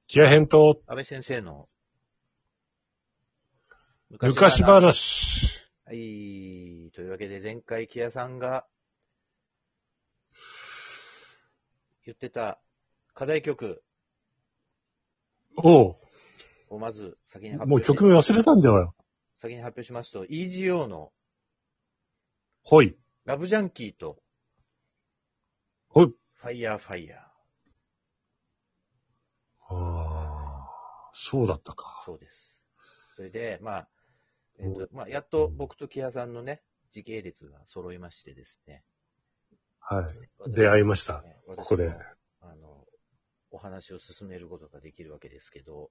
キア編と安倍先生の昔話。 はい。というわけで前回キアさんが言ってた課題曲おう。 をまず先に発もう表して、 曲名忘れたんだよ。 先に発表しますと、EGO のほい。 ラブジャンキーとほい。 ファイヤーファイヤー。 ああ、そうだったか。 そうです。それで、やっと僕とキアさんのね、時系列が揃いましてですね。 はい。出会いました。ここで。 お話を進めることができるわけですけど、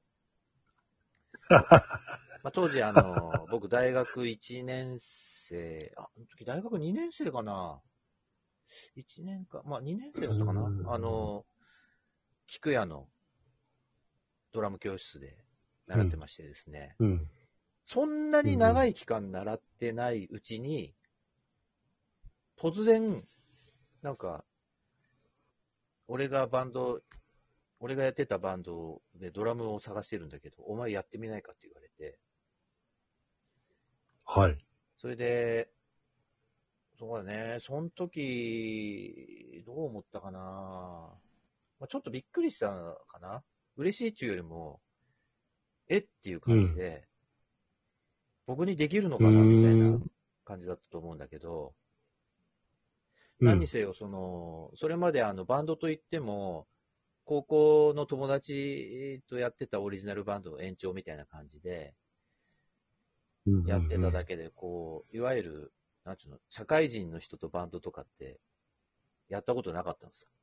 当時僕大学1年生、あの時大学2年生かな ?1 年か、2年生だったかな菊屋のドラム教室で習ってましてですね。そんなに長い期間習ってないうちに、突然、なんか、俺がやってたバンドでドラムを探してるんだけど、お前やってみないかって言われて。 はい。 それで、そうだね、その時、どう思ったかな。ちょっとびっくりしたかな。嬉しいっていうよりも、っていう感じで、僕にできるのかなみたいな感じだったと思うんだけど、何にせよ、それまでバンドといっても、高校の友達とやってたオリジナルバンドの延長みたいな感じで、やってただけで、いわゆる、なんちゅうの、社会人の人とバンドとかって、やったことなかったんですよ。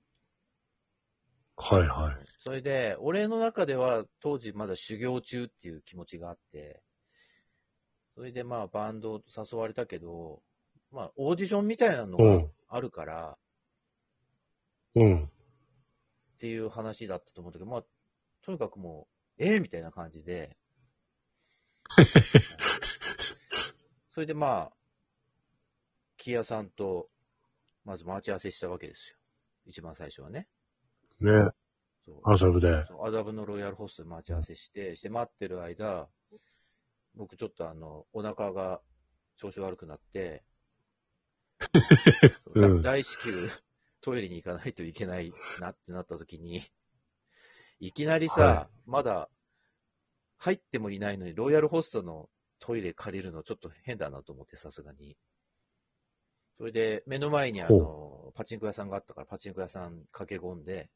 はいはい。 それで、俺の中では当時まだ修行中っていう気持ちがあって、それでバンド誘われたけど、オーディションみたいなのがあるから、っていう話だったと思うんだけど、とにかくもう、みたいな感じで、それでキアさんと、まず待ち合わせしたわけですよ。一番最初はね。 ね。麻布で。 麻布のロイヤルホストで待ち合わせして、待ってる間、僕ちょっとお腹が調子悪くなって、大至急トイレに行かないといけないなってなった時に、いきなりさ、まだ入ってもいないのにロイヤルホストのトイレ借りるのちょっと変だなと思って、さすがに。それで、目の前にパチンコ屋さんがあったから、パチンコ屋さん駆け込んで、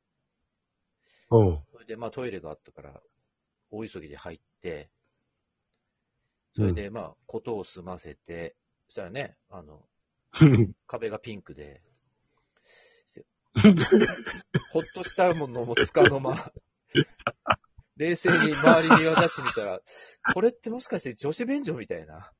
それでトイレがあったから、大急ぎで入って、それでことを済ませて、そしたらね、壁がピンクで、ほっとしたものもつかの間、冷静に周りに渡してみたら、これってもしかして女子便所みたいな。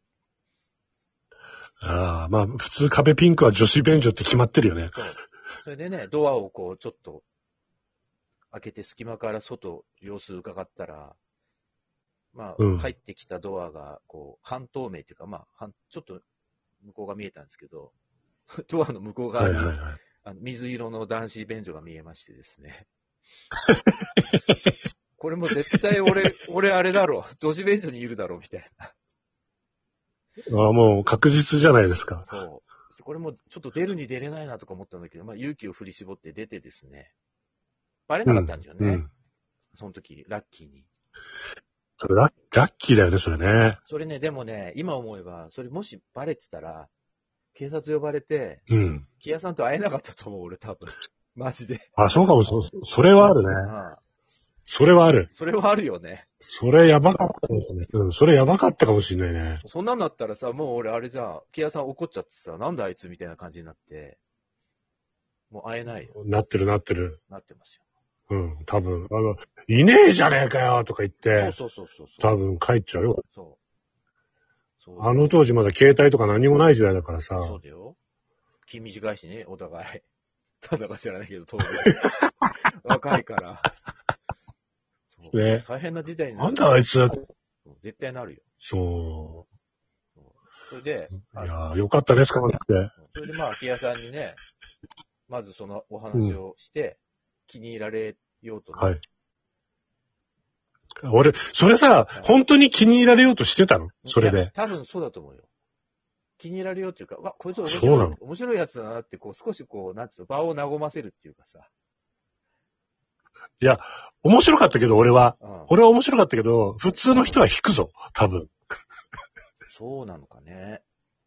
ああ、普通壁ピンクは女子便所って決まってるよね。 そう。それでね、ドアをちょっと開けて隙間から外、様子伺ったら、入ってきたドアが、半透明っていうか、ちょっと向こうが見えたんですけど、ドアの向こう側に、水色の男子便所が見えましてですね。これも絶対俺あれだろう。女子便所にいるだろう、みたいな。 もう確実じゃないですか。 そう。これもちょっと出るに出れないなとか思ったんだけど、勇気を振り絞って出てですね。バレなかったんだよね。その時、ラッキーに。 ラッキーだよね、それね。 それね、でもね、今思えば、それもしバレてたら、警察呼ばれて、キアさんと会えなかったと思う、俺多分。マジで。 そうかも、それはあるね。それはある。 それはあるよね。 それやばかったですね。それやばかったかもしれないね。 そんなんだったらさ、もう俺あれじゃん、キアさん怒っちゃってさ、なんだあいつみたいな感じになって、もう会えないよ。 なってる。 なってますよ。 多分、いねえじゃねえかよとか言って、 そう。 多分帰っちゃうよ。 そう。 あの当時まだ携帯とか何もない時代だからさ。 そうだよ。気短いしね、お互い。なんだか知らないけど、当時。若いから。そうね。 大変な時代になる。 なんだあいつ。 絶対なるよ。 そう。 それで、 いやよかったですかって。 それで空き家さんにね、まずそのお話をして、気に入られ用途の。 はい。俺、それさ、本当に気に入られようとしてたのそれいやで。 多分そうだと思うよ。気に入られようっていうか、わ、こいつそうなの面白いやつだなって、こう、少しこう、なんつうの、場を和ませるっていうかさ。 いや、面白かったけど、俺は。 うん。 俺は面白かったけど、普通の人は引くぞ、多分。 そうなのかね。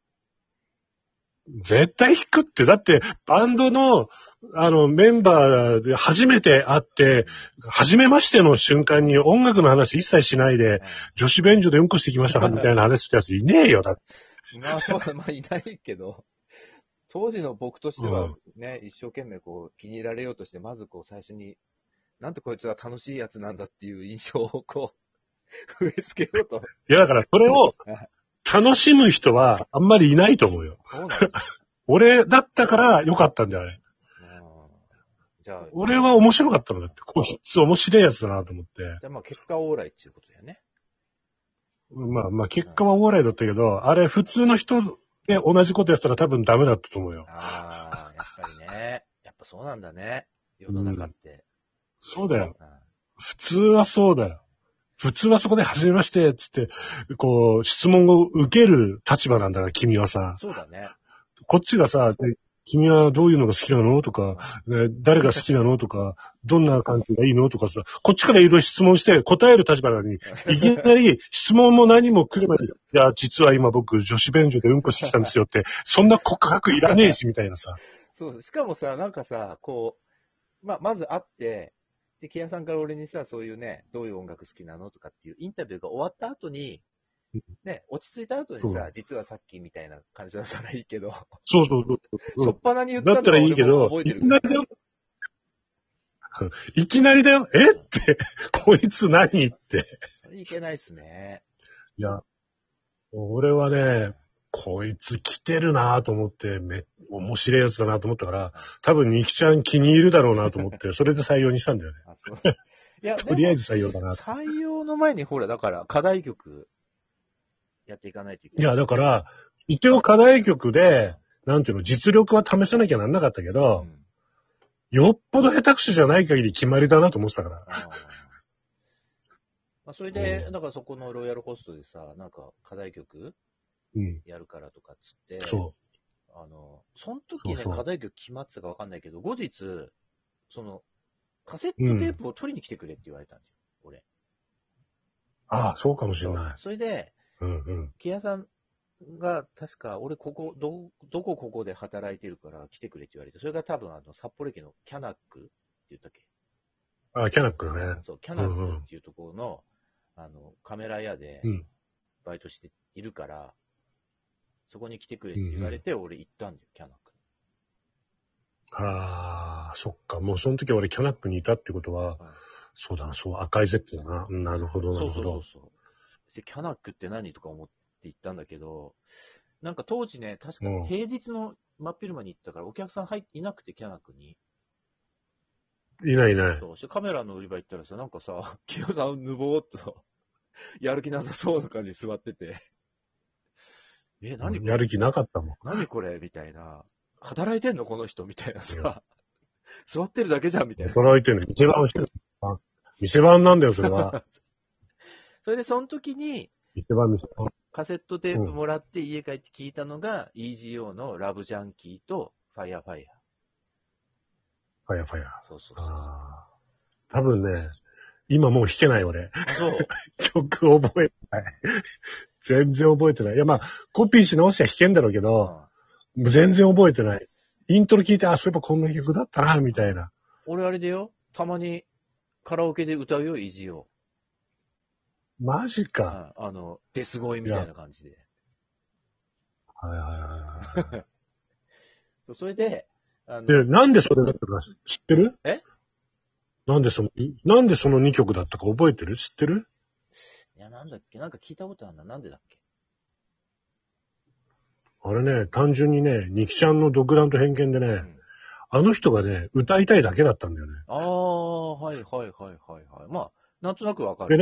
絶対引くって、だって、バンドの、メンバーで初めて会って、初めましての瞬間に音楽の話一切しないで、女子便所でうんこしてきましたみたいな話したやついねえよ、だって。 まあそう、まあいないけど、当時の僕としてはね、一生懸命こう気に入られようとして、まずこう最初に、なんてこいつは楽しいやつなんだっていう印象をこう、植え付けようと。 いや、だからそれを楽しむ人はあんまりいないと思うよ。 そうなんだ。 俺だったから良かったんだよ、あれ。 じゃあ、 俺は面白かったのだって。こいつ面白いやつだなと思って。 じゃあまあ結果オーライっていうことだよね。 まあまあ、結果はお笑いだったけど、あれ普通の人で同じことやったら多分ダメだったと思うよ。 ああ、やっぱりね。やっぱそうなんだね。世の中って。 そうだよ。普通はそうだよ。普通はそこで初めまして、つって、こう、質問を受ける立場なんだから、君はさ。 そうだね。 こっちがさ、君はどういうのが好きなのとか、誰が好きなのとか、どんな関係がいいのとかさ、こっちからいろいろ質問して答える立場なのに、いきなり質問も何も来る前に、いや、実は今僕女子便所でうんこしてきたんですよって、そんな告白いらねえし、みたいなさ。 そう、しかもさ、なんかさ、こう、まず会って、で、木屋さんから俺にさ、そういうね、どういう音楽好きなのとかっていうインタビューが終わった後に、ね、落ち着いた後にさ、実はさっきみたいな感じだったらいいけど、 そうそうそうしょっぱなに言ったのだったらいいけど、 覚えてるいきなりだよ。いきなりだよ。えって、こいつ何って。 それいけないっすね。 いや、俺はね、こいつ来てるなと思って、面白いやつだなと思ったから、多分ニキちゃん気に入るだろうなと思って、それで採用にしたんだよね。 あ、そう。いや、 とりあえず採用だな。 採用の前にほら、だから課題曲やっていかないといけない。 いや、だから、一応課題曲で、なんていうの、実力は試さなきゃなんなかったけど、よっぽど下手くそじゃない限り決まりだなと思ってたから。 まあ、それで、だからそこのロイヤルホストでさ、なんか課題曲やるからとかっつって、 そう。 その時ね、課題曲決まってたかわかんないけど、後日、その、カセットテープを取りに来てくれって言われたんですよ、俺。 ああ、そうかもしれない。 それで、木屋さんが、確か、俺ここで働いてるから来てくれって言われて、それが多分札幌駅のキャナックって言ったっけ？ ああ、キャナックだね。 そう、キャナックっていうところの、カメラ屋で、バイトしているから、そこに来てくれって言われて、俺行ったんだよ、キャナック。 ああ、そっか。もうその時俺キャナックにいたってことは、そうだな、そう、赤いゼットだな。なるほど、なるほど。 そう。で、キャナックって何とか思って行ったんだけど、なんか当時ね、確か平日の真っ昼間に行ったから、お客さんいなくて、キャナックに。 いないいない。 そうしてカメラの売り場行ったらさ、なんかさ、清さんぬぼーっと、やる気なさそうな感じで座ってて。何これやる気なかったもん。 何これみたいな。働いてんのこの人みたいなさ。座ってるだけじゃんみたいな。 働いてんの店番してる。店番なんだよ、それは。 それで、その時に、 店番。 カセットテープもらって家帰って聞いたのが、EGO のラブジャンキーとファイアファイア。 ファイアファイア。 そう。 多分ね、今もう弾けない俺。 あ、そう。 曲覚えてない。全然覚えてない。いやまあ、コピーし直しは弾けんだろうけど、全然覚えてない。イントロ聞いて、あ、そういえばこんな曲だったな、みたいな。 俺あれだよ。たまにカラオケで歌うよ、EGO。 マジか。 デス声みたいな感じで。 はい。 そう、それで、 で、なんでそれだったか知ってる？なんでその2曲だったか覚えてる？知ってる？ いや、なんだっけ？なんか聞いたことあるな。なんでだっけ？ あれね、単純にね、ニキちゃんの独断と偏見でね、あの人がね、歌いたいだけだったんだよね。 ああ、はい。まあ、なんとなくわかる。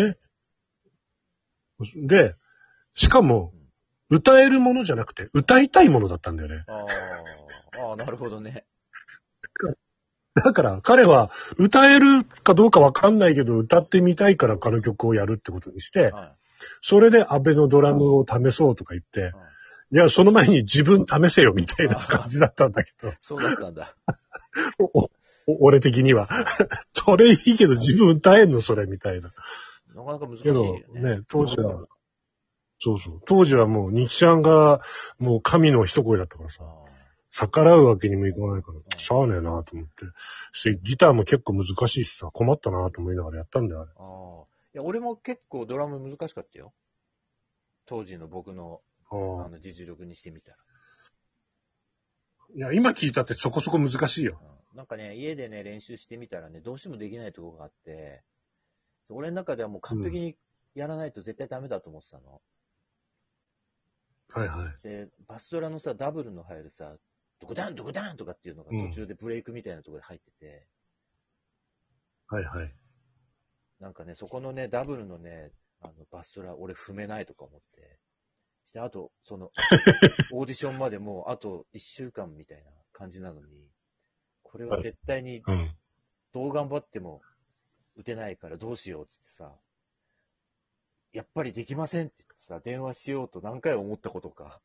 で、しかも、歌えるものじゃなくて、歌いたいものだったんだよね。 ああ、なるほどね。 だから彼は歌えるかどうかわかんないけど歌ってみたいからこの曲をやるってことにして、 はそれで安倍のドラムを試そうとか言って、 い。はい。 いや、その前に自分試せよみたいな感じだったんだけど、 そうだったんだ。 俺的には。それいいけど自分歌えんのそれみたいな。 なかなか難しいけどよね。 ね、当時は、そうそう。当時はもう、日ちゃんが、もう神の一声だったからさ、 あ逆らうわけにもいかないからん、 しゃあねえなと思って。してギターも結構難しいしさ、困ったなと思いながらやったんだよ、あれ。 あ。ああ。いや、俺も結構ドラム難しかったよ。当時の僕の、 ああ実力にしてみたら。 いや、今聞いたってそこそこ難しいよ。 なんかね、家でね、練習してみたらね、どうしてもできないところがあって、俺の中ではもう完璧にやらないと絶対ダメだと思ってたの。 はいはい。 で、バスドラのさ、ダブルの入るさ、ドコダン、ドコダンとかっていうのが途中でブレイクみたいなところで入ってて、 はいはい。 なんかね、そこのね、ダブルのね、バスドラ、俺踏めないとか思って。して、あと、オーディションまでもう、あと1週間みたいな感じなのに、これは絶対にうん。 どう頑張っても打てないからどうしようっつってさ、やっぱりできませんって言ってさ、電話しようと何回思ったことか。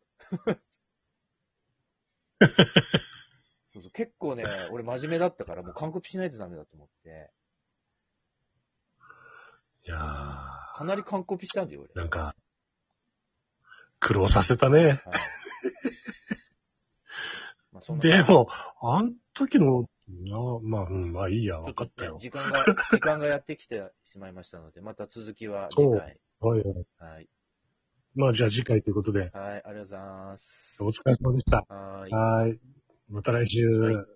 そうそう、結構ね、俺真面目だったから、もう完コピしないとダメだと思って、 いやかなり完コピしたんだよ、 なんか、苦労させたね。 俺。はい。まあ、そんなでも、あん時の、まあ、まあいいや、 ちょっとね、 わかったよ。 時間がやってきてしまいましたので、また続きは次そう。 回。 はいはい。 はい。 まあじゃあ次回ということで、 はい、ありがとうございます。 お疲れ様でした。 はーい。 はい。また来週。 はい